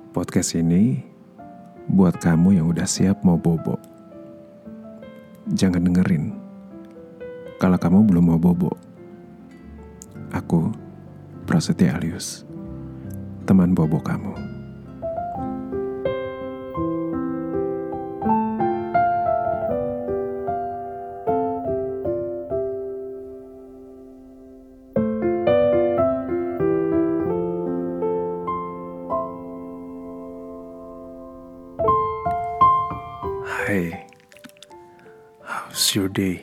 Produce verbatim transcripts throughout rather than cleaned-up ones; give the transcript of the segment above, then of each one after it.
Podcast ini buat kamu yang udah siap mau bobo. Jangan dengerin kalau kamu belum mau bobo. Aku, Prasetya Alius, teman bobo kamu. Hai, how's your day?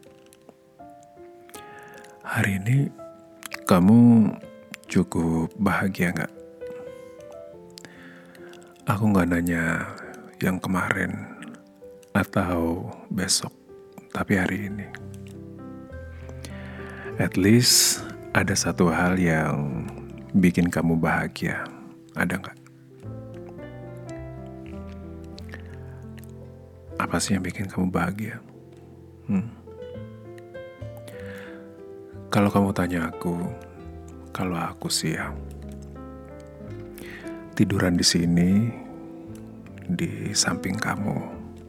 Hari ini kamu cukup bahagia gak? Aku gak nanya yang kemarin atau besok, tapi hari ini. At least ada satu hal yang bikin kamu bahagia, ada gak? Apa sih yang bikin kamu bahagia? Hmm. Kalau kamu tanya aku, kalau aku sih ya, tiduran di sini, di samping kamu,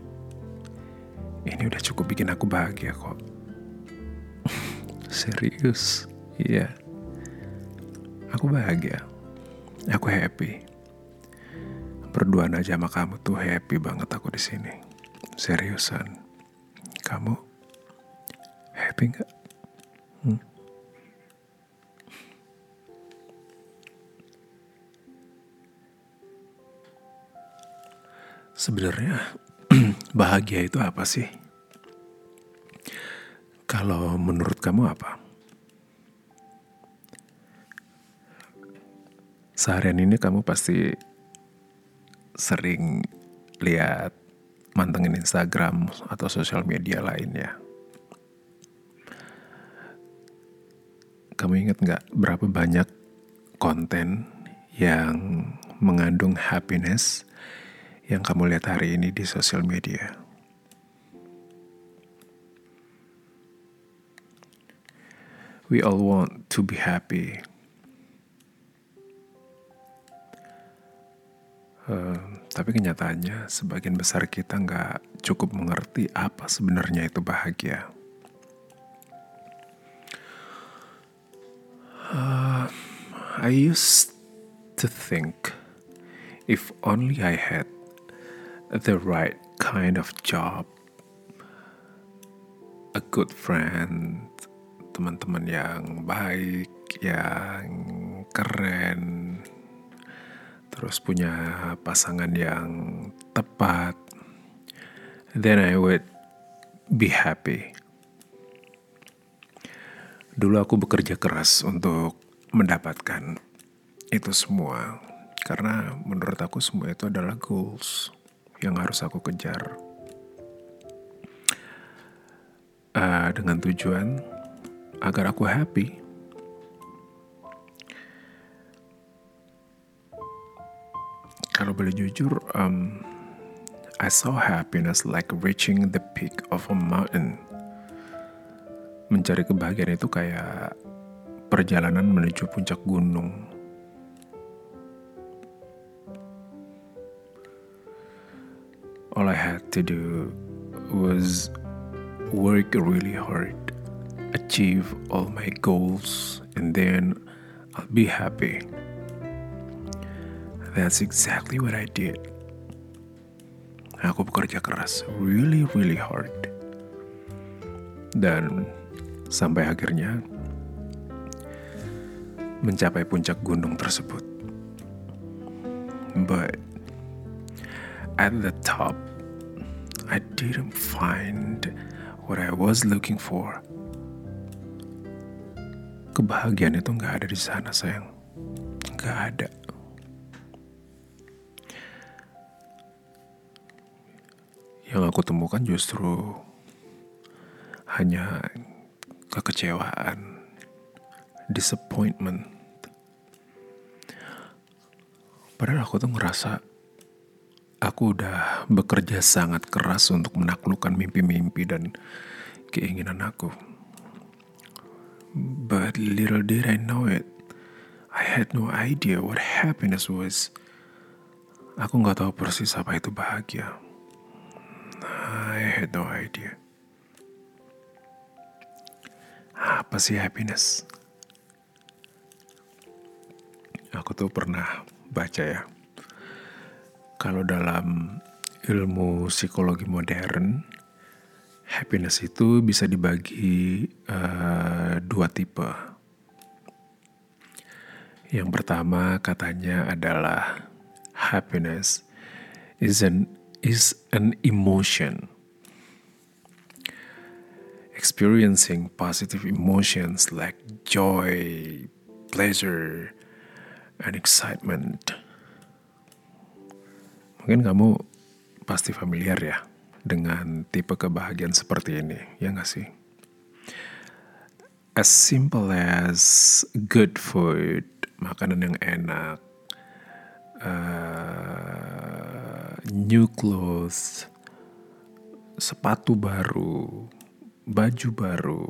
ini udah cukup bikin aku bahagia kok. Serius, iya. Aku bahagia, aku happy. Berduaan aja sama kamu tuh happy banget aku di sini. Seriusan, kamu happy nggak? Hmm? Sebenarnya bahagia itu apa sih? Kalau menurut kamu apa? Seharian ini kamu pasti sering lihat, mantengin Instagram atau sosial media lainnya. Kamu ingat gak berapa banyak konten yang mengandung happiness yang kamu lihat hari ini di sosial media? We all want to be happy. Uh, tapi kenyataannya sebagian besar kita nggak cukup mengerti apa sebenarnya itu bahagia. Uh, I used to think if only I had the right kind of job, a good friend, teman-teman yang baik, yang keren, terus punya pasangan yang tepat, then I would be happy. Dulu aku bekerja keras untuk mendapatkan itu semua, karena menurut aku semua itu adalah goals yang harus aku kejar. Uh, dengan tujuan agar aku happy. Kalau boleh jujur, um, I saw happiness like reaching the peak of a mountain. Mencari kebahagiaan itu kayak perjalanan menuju puncak gunung. All I had to do was work really hard, achieve all my goals, and then I'll be happy. That's exactly what I did. Aku bekerja keras, really, really hard. Dan sampai akhirnya mencapai puncak gunung tersebut. But at the top, I didn't find what I was looking for. Kebahagiaan itu gak ada di sana, sayang. Gak ada. Yang aku temukan justru hanya kekecewaan, disappointment. Padahal aku tuh ngerasa aku udah bekerja sangat keras untuk menaklukkan mimpi-mimpi dan keinginan aku. But little did I know it, I had no idea what happiness was Aku gak tahu persis apa itu bahagia. I had no idea. Apa sih happiness? Aku tuh pernah baca ya, kalau dalam ilmu psikologi modern, happiness itu bisa dibagi uh, dua tipe. Yang pertama katanya adalah happiness is an is an emotion. Experiencing positive emotions like joy, pleasure, and excitement. Mungkin kamu pasti familiar ya dengan tipe kebahagiaan seperti ini, ya nggak sih? As simple as good food, makanan yang enak, uh, new clothes, sepatu baru, baju baru,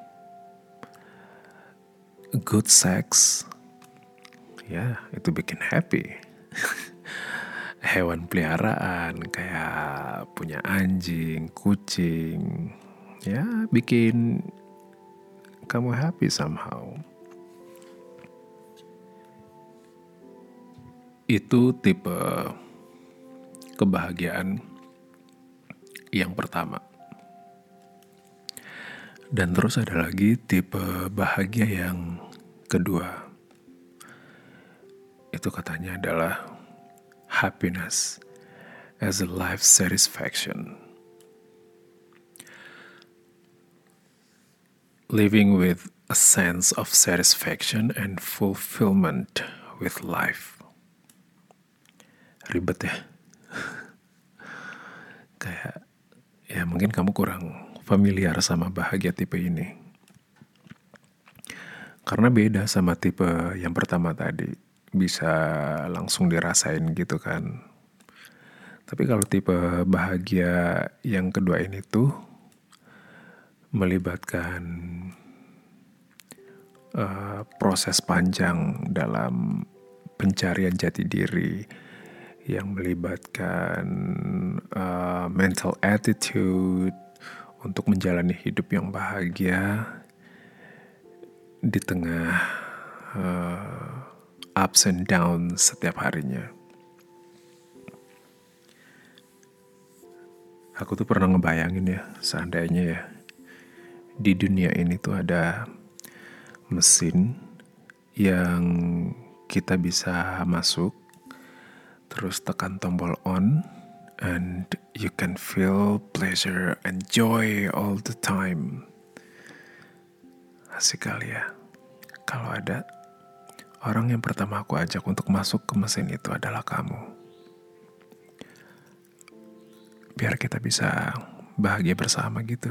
good sex, ya itu bikin happy. Hewan peliharaan kayak punya anjing, kucing, ya bikin kamu happy somehow. Itu tipe kebahagiaan yang pertama. Dan terus ada lagi tipe bahagia yang kedua. Itu katanya adalah happiness as a life satisfaction. Living with a sense of satisfaction and fulfillment with life. Ribet ya. Kayak, ya mungkin kamu kurang familiar sama bahagia tipe ini. Karena beda sama tipe yang pertama tadi. Bisa langsung dirasain gitu kan. Tapi kalau tipe bahagia yang kedua ini tuh melibatkan uh, proses panjang dalam pencarian jati diri, yang melibatkan uh, mental attitude untuk menjalani hidup yang bahagia di tengah uh, ups and downs setiap harinya. Aku tuh pernah ngebayangin ya, seandainya ya di dunia ini tuh ada mesin yang kita bisa masuk, terus tekan tombol on, and you can feel pleasure and joy all the time. Asik kali ya. Kalau ada, orang yang pertama aku ajak untuk masuk ke mesin itu adalah kamu. Biar kita bisa bahagia bersama gitu.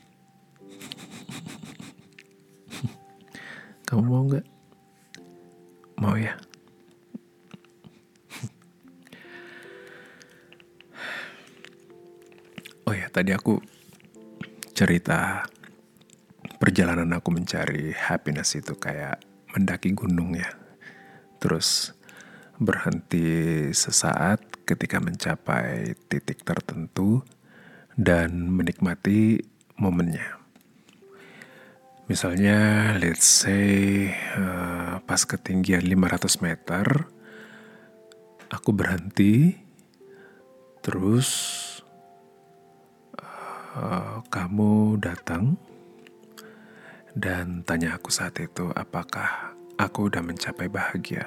Kamu mau gak? Mau ya? Oh ya, tadi aku cerita perjalanan aku mencari happiness itu kayak mendaki gunung ya. Terus berhenti sesaat ketika mencapai titik tertentu dan menikmati momennya. Misalnya, let's say uh, pas ketinggian lima ratus meter, aku berhenti, terus uh, kamu datang dan tanya aku saat itu apakah aku udah mencapai bahagia.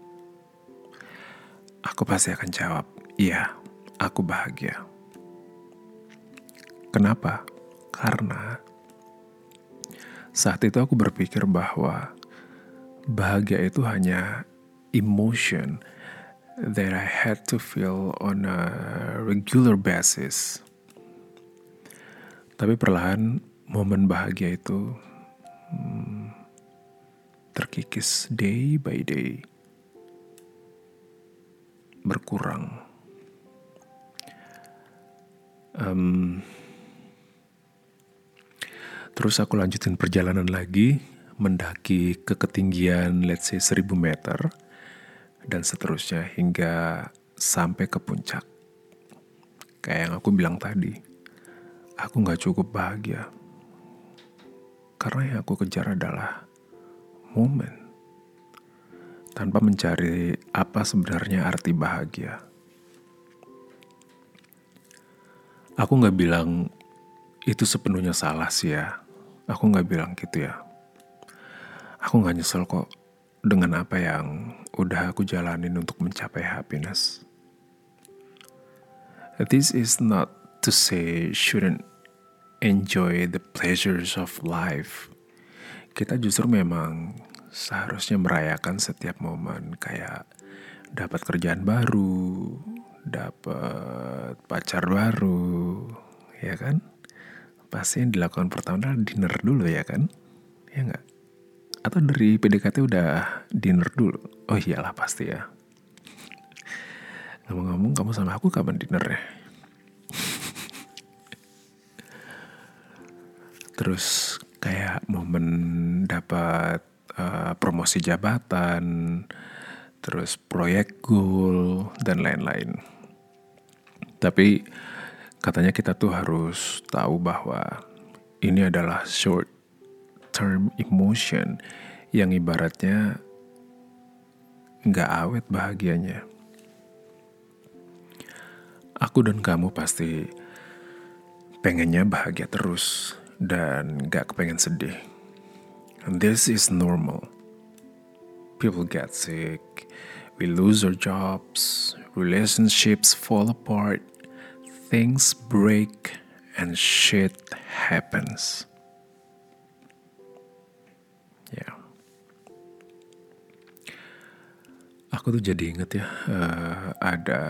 Aku pasti akan jawab, iya, aku bahagia. Kenapa? Karena saat itu aku berpikir bahwa bahagia itu hanya emotion that I had to feel on a regular basis. Tapi perlahan momen bahagia itu hmm, terkikis day by day, berkurang. Um, Terus aku lanjutin perjalanan lagi, mendaki ke ketinggian let's say seribu meter, dan seterusnya hingga sampai ke puncak. Kayak yang aku bilang tadi, aku gak cukup bahagia. Karena yang aku kejar adalah momen. Tanpa mencari apa sebenarnya arti bahagia. Aku gak bilang itu sepenuhnya salah sih ya. Aku gak bilang gitu ya. Aku gak nyesel kok dengan apa yang udah aku jalanin untuk mencapai happiness. This is not to say shouldn't enjoy the pleasures of life. Kita justru memang seharusnya merayakan setiap momen, kayak dapat kerjaan baru, dapat pacar baru, ya kan? Pasti yang dilakukan pertama adalah dinner dulu ya kan? Ya nggak? Atau dari P D K T udah dinner dulu? Oh iyalah pasti ya. Ngomong-ngomong, kamu sama aku kapan dinner ya? Terus kayak momen dapat uh, promosi jabatan, terus proyek goal, dan lain-lain. Tapi katanya kita tuh harus tahu bahwa ini adalah short term emotion yang ibaratnya gak awet bahagianya. Aku dan kamu pasti pengennya bahagia terus dan gak kepengen sedih. And this is normal. People get sick, we lose our jobs, relationships fall apart, things break, and shit happens. Ya. Yeah. Aku tuh jadi inget ya, uh, ada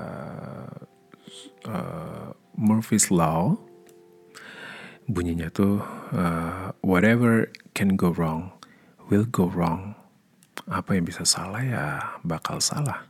uh, Murphy's Law. Bunyinya tuh, uh, whatever can go wrong, will go wrong. Apa yang bisa salah ya bakal salah.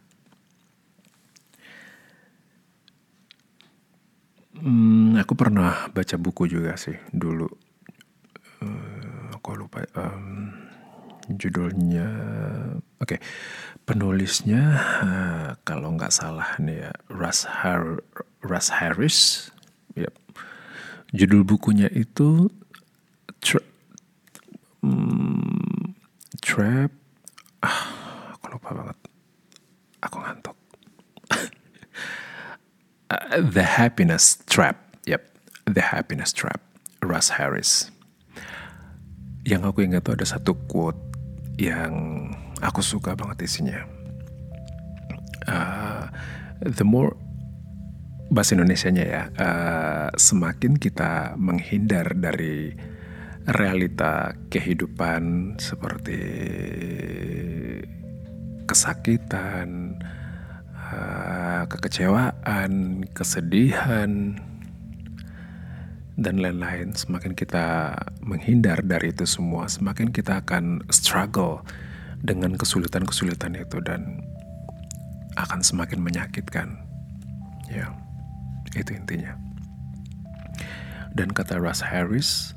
Hmm, aku pernah baca buku juga sih dulu. Uh, aku lupa um, judulnya. Oke, okay. Penulisnya uh, kalau nggak salah nih ya, Russ, Har- Russ Harris. Yep. Judul bukunya itu tra- hmm, Trap. Ah, aku lupa banget. Aku ngantuk. uh, The Happiness Trap. Yep, The Happiness Trap. Russ Harris. Yang aku ingat tuh ada satu quote yang aku suka banget isinya. Uh, the more bahasa Indonesianya ya, uh, semakin kita menghindar dari realita kehidupan seperti kesakitan, uh, kekecewaan, kesedihan, dan lain-lain. Semakin kita menghindar dari itu semua, semakin kita akan struggle dengan kesulitan-kesulitan itu dan akan semakin menyakitkan. Ya, itu intinya. Dan kata Russ Harris,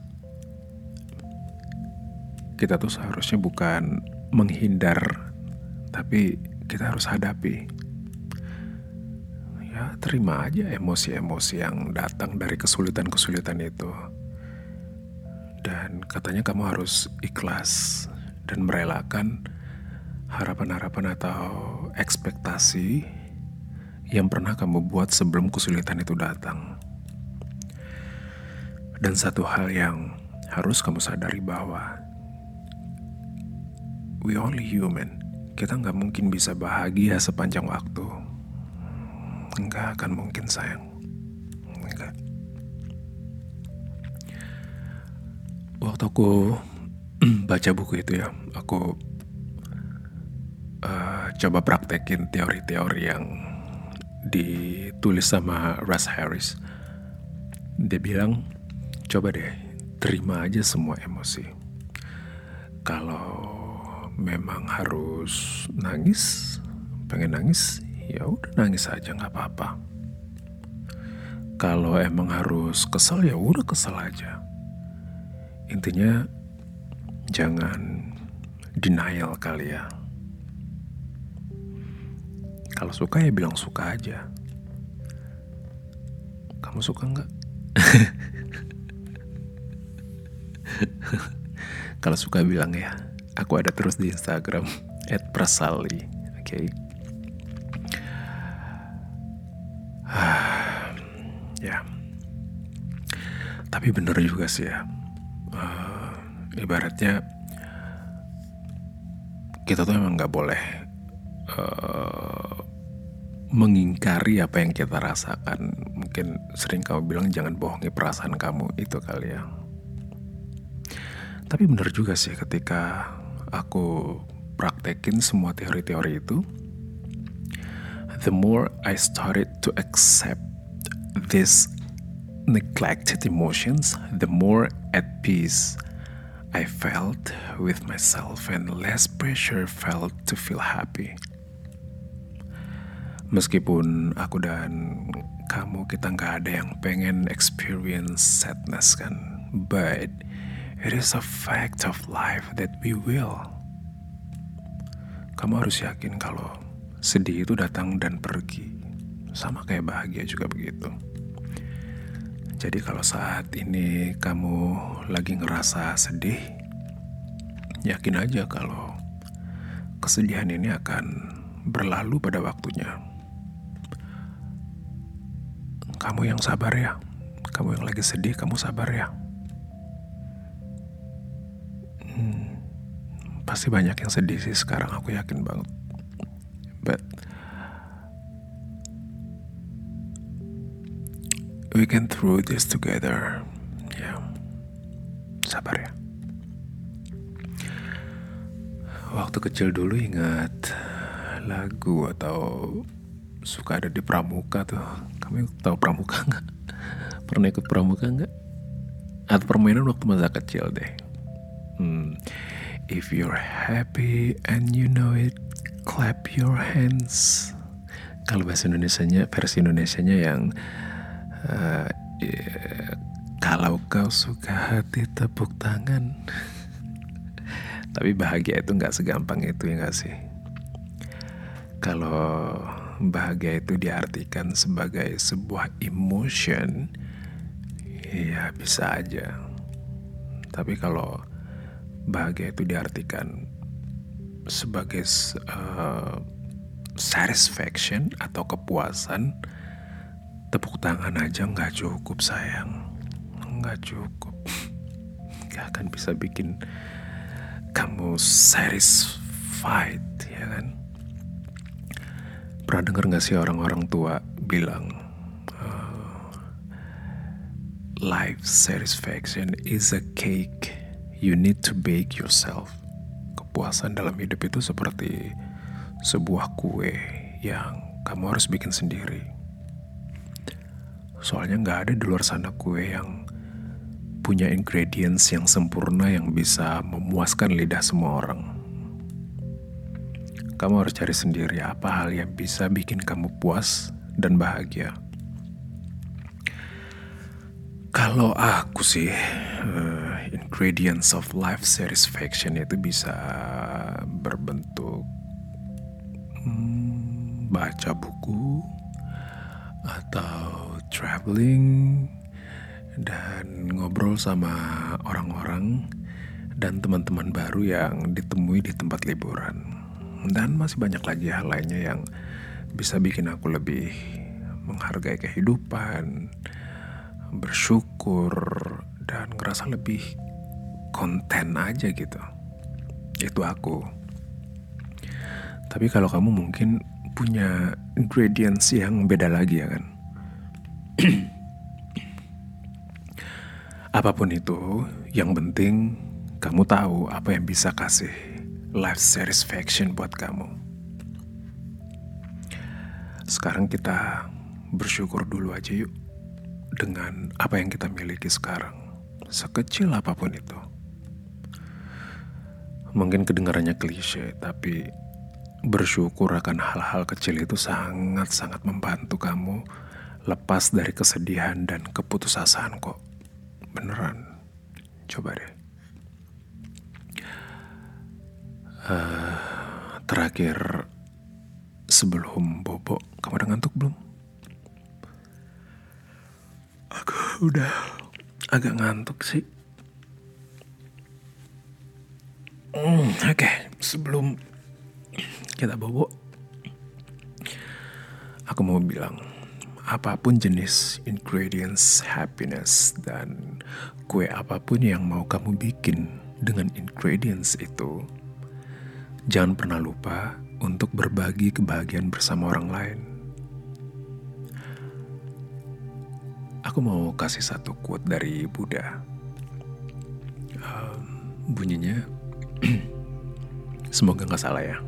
kita tuh seharusnya bukan menghindar, tapi kita harus hadapi. Ya, terima aja emosi-emosi yang datang dari kesulitan-kesulitan itu. Dan katanya kamu harus ikhlas dan merelakan harapan-harapan atau ekspektasi yang pernah kamu buat sebelum kesulitan itu datang. Dan satu hal yang harus kamu sadari bahwa we only human. Kita gak mungkin bisa bahagia sepanjang waktu. Gak akan mungkin sayang. Enggak. Waktu aku baca buku itu ya, aku uh, coba praktekin teori-teori yang ditulis sama Russ Harris. Dia bilang, coba deh terima aja semua emosi. Kalau memang harus nangis, pengen nangis, ya udah nangis aja, nggak apa-apa. Kalau emang harus kesel, ya udah kesel aja. Intinya jangan denial kali ya. Kalau suka ya bilang suka aja. Kamu suka nggak? Kalau suka bilang ya. Aku ada terus di Instagram at prasali. Oke. Okay? Ya. Tapi bener juga sih ya. Uh, ibaratnya kita tuh emang nggak boleh uh, mengingkari apa yang kita rasakan. Mungkin sering kamu bilang jangan bohongi perasaan kamu itu kali ya. Tapi bener juga sih ketika aku praktekin semua teori-teori itu, the more I started to accept these neglected emotions, the more at peace I felt with myself and less pressure felt to feel happy. Meskipun aku dan kamu kita gak ada yang pengen experience sadness kan, but it is a fact of life that we will. Kamu harus yakin kalau sedih itu datang dan pergi. Sama kayak bahagia juga begitu. Jadi kalau saat ini kamu lagi ngerasa sedih, yakin aja kalau kesedihan ini akan berlalu pada waktunya. Kamu yang sabar ya. Kamu yang lagi sedih, kamu sabar ya. Hmm, pasti banyak yang sedih sih sekarang, aku yakin banget. But we can through this together. Ya, yeah. Sabar ya. Waktu kecil dulu ingat lagu atau suka ada di pramuka tuh. Kamu tahu pramuka nggak? Pernah ikut pramuka nggak? Atau permainan waktu masa kecil deh. Hmm. If you're happy and you know it, clap your hands. Kalau bahasa Indonesianya, versi Indonesianya yang uh, yeah, kalau kau suka hati tepuk tangan. Tapi bahagia itu nggak segampang itu ya nggak sih? Kalau bahagia itu diartikan sebagai sebuah emotion, ya bisa aja. Tapi kalau bahagia itu diartikan sebagai uh, satisfaction atau kepuasan, tepuk tangan aja nggak cukup sayang, nggak cukup, nggak akan bisa bikin kamu satisfied, ya kan? Pernah dengar gak sih orang-orang tua bilang uh, life satisfaction is a cake you need to bake yourself. Kepuasan dalam hidup itu seperti sebuah kue yang kamu harus bikin sendiri. Soalnya gak ada di luar sana kue yang punya ingredients yang sempurna yang bisa memuaskan lidah semua orang. Kamu harus cari sendiri apa hal yang bisa bikin kamu puas dan bahagia. Kalau aku sih, uh, ingredients of life satisfaction itu bisa berbentuk hmm, baca buku, atau traveling, dan ngobrol sama orang-orang dan teman-teman baru yang ditemui di tempat liburan. Dan masih banyak lagi hal lainnya yang bisa bikin aku lebih menghargai kehidupan, bersyukur, dan ngerasa lebih konten aja gitu. Itu aku. Tapi kalau kamu mungkin punya ingredients yang beda lagi ya kan. Apapun itu, yang penting kamu tahu apa yang bisa kasih life satisfaction buat kamu. Sekarang kita bersyukur dulu aja yuk dengan apa yang kita miliki sekarang, sekecil apapun itu. Mungkin kedengarannya klise, tapi bersyukur akan hal-hal kecil itu sangat-sangat membantu kamu lepas dari kesedihan dan keputusasaan kok. Beneran, coba deh. Uh, terakhir sebelum bobo, kamu udah ngantuk belum? Aku udah agak ngantuk sih. Hmm, Oke, okay. Sebelum kita bobo, aku mau bilang, apapun jenis ingredients happiness dan kue apapun yang mau kamu bikin dengan ingredients itu, jangan pernah lupa untuk berbagi kebahagiaan bersama orang lain. Aku mau kasih satu quote dari Buddha. Um, bunyinya, semoga gak salah ya.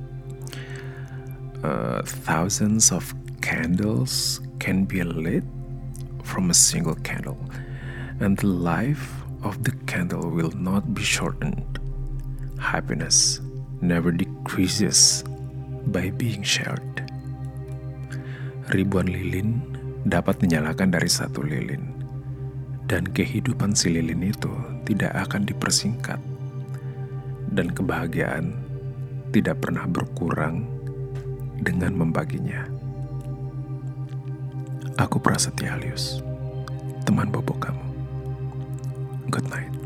Uh, thousands of candles can be lit from a single candle, and the life of the candle will not be shortened. Happiness never decreases by being shared. Ribuan lilin dapat menyalakan dari satu lilin, dan kehidupan si lilin itu tidak akan dipersingkat, dan kebahagiaan tidak pernah berkurang dengan membaginya. Aku Prasetya Alyus, teman bobo kamu. Good night.